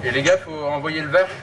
Et les gars, faut envoyer le verre.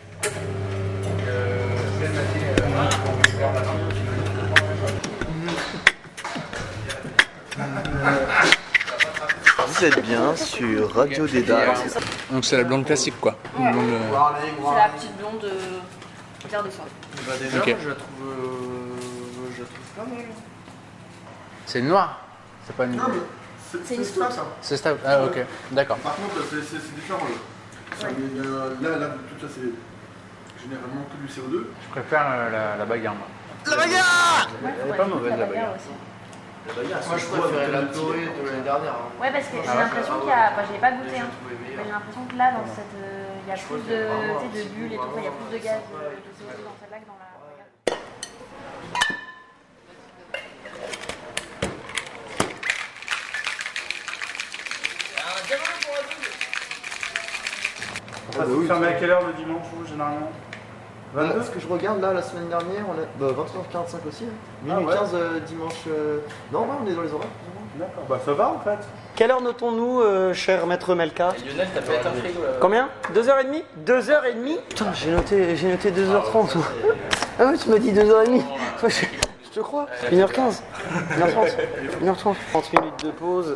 Vous êtes bien sur Radio Dédale. Donc c'est la blonde classique quoi. Ouais. C'est la petite blonde claire de soie. Bah déjà, Ok. moi, je la trouve pas mal. C'est noir. C'est pas une. Non, mais C'est une ça, ça. C'est stable. Ah ok. D'accord. Par contre, c'est différent. Là, tout ça, c'est généralement que du CO2. Je préfère la bagarre moi. La bagarre! Elle est pas mauvaise la bagarre. aussi. Moi, je préférais la dorée de l'année dernière. Hein. Ouais, parce que j'ai Ah ouais. l'impression qu'il y a. Enfin, je l'ai pas goûté, hein. Je trouvais Mais meilleur. j'ai l'impression que là, dans cette. Il y a plus de, tu sais, de bulles et tout. Il y a plus de gaz de CO2 dans celle-là que dans la. Ça se ferme à quelle heure le dimanche, vous, généralement 22 Ce que je regarde là, la semaine dernière, on a 21h45 aussi. Hein. Minuit ouais. 15 dimanche. Non, ouais, on est dans les horaires. plus ou moins. D'accord, bah ça va en fait. Quelle heure notons-nous, cher maître Melka? Lionel, t'as fait un frigo là. Combien? 2h30? 2h30? Putain, j'ai noté 2h30. Ah oui, tu m'as dit 2h30. Je te crois. 1h15. 1h30. 1h30. 30 minutes de pause,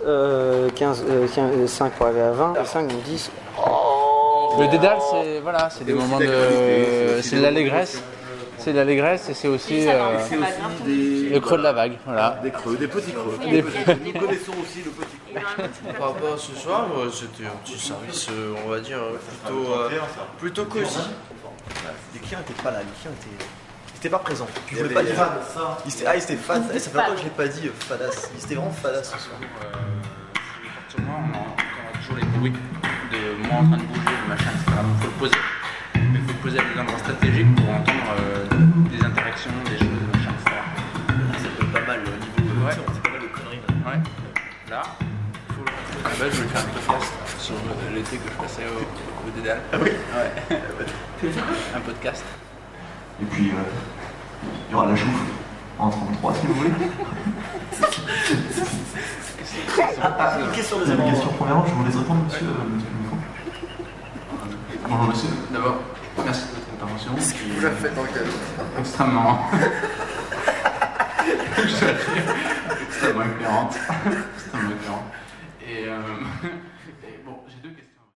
5 pour arriver à 20, et 5 donc 10. Le dédale, c'est voilà, c'est des moments de, c'est de l'allégresse, c'est de l'allégresse et c'est aussi C'est aussi des, le creux de la vague, voilà. des creux, des petits creux. Oui, il y a Nous connaissons aussi le petit creux. Et normalement, Par rapport à ce soir, c'était un petit service, on va dire, plutôt cosy. Les clients n'étaient pas là, les clients étaient pas présents. Puis ils voulaient pas dire fad. Ils étaient fad. Ça fait longtemps que je l'ai pas dit, fadas. Ils étaient vraiment fadas ce soir. Moi, on a toujours les bruits de moi en train de bouger, de machin, etc. Donc il faut le poser. Mais il faut le poser à des endroits stratégiques pour entendre des interactions, des choses, machin, etc. Ça peut pas mal au niveau. Ouais. C'est pas mal de conneries. Ouais. Là, il faut. À la base, je voulais faire un podcast sur l'été que je passais au dédale. Ah oui. Ouais. Un podcast. Et puis, il y aura la joue en 33 si vous voulez. Une question de Une question premièrement, je vous laisse répondre, monsieur Mifo. Bonjour monsieur. D'abord, merci de votre intervention. Ce que vous la faites en cadeau. Extrêmement. Extrêmement éclairante. Extrêmement éclairante. Et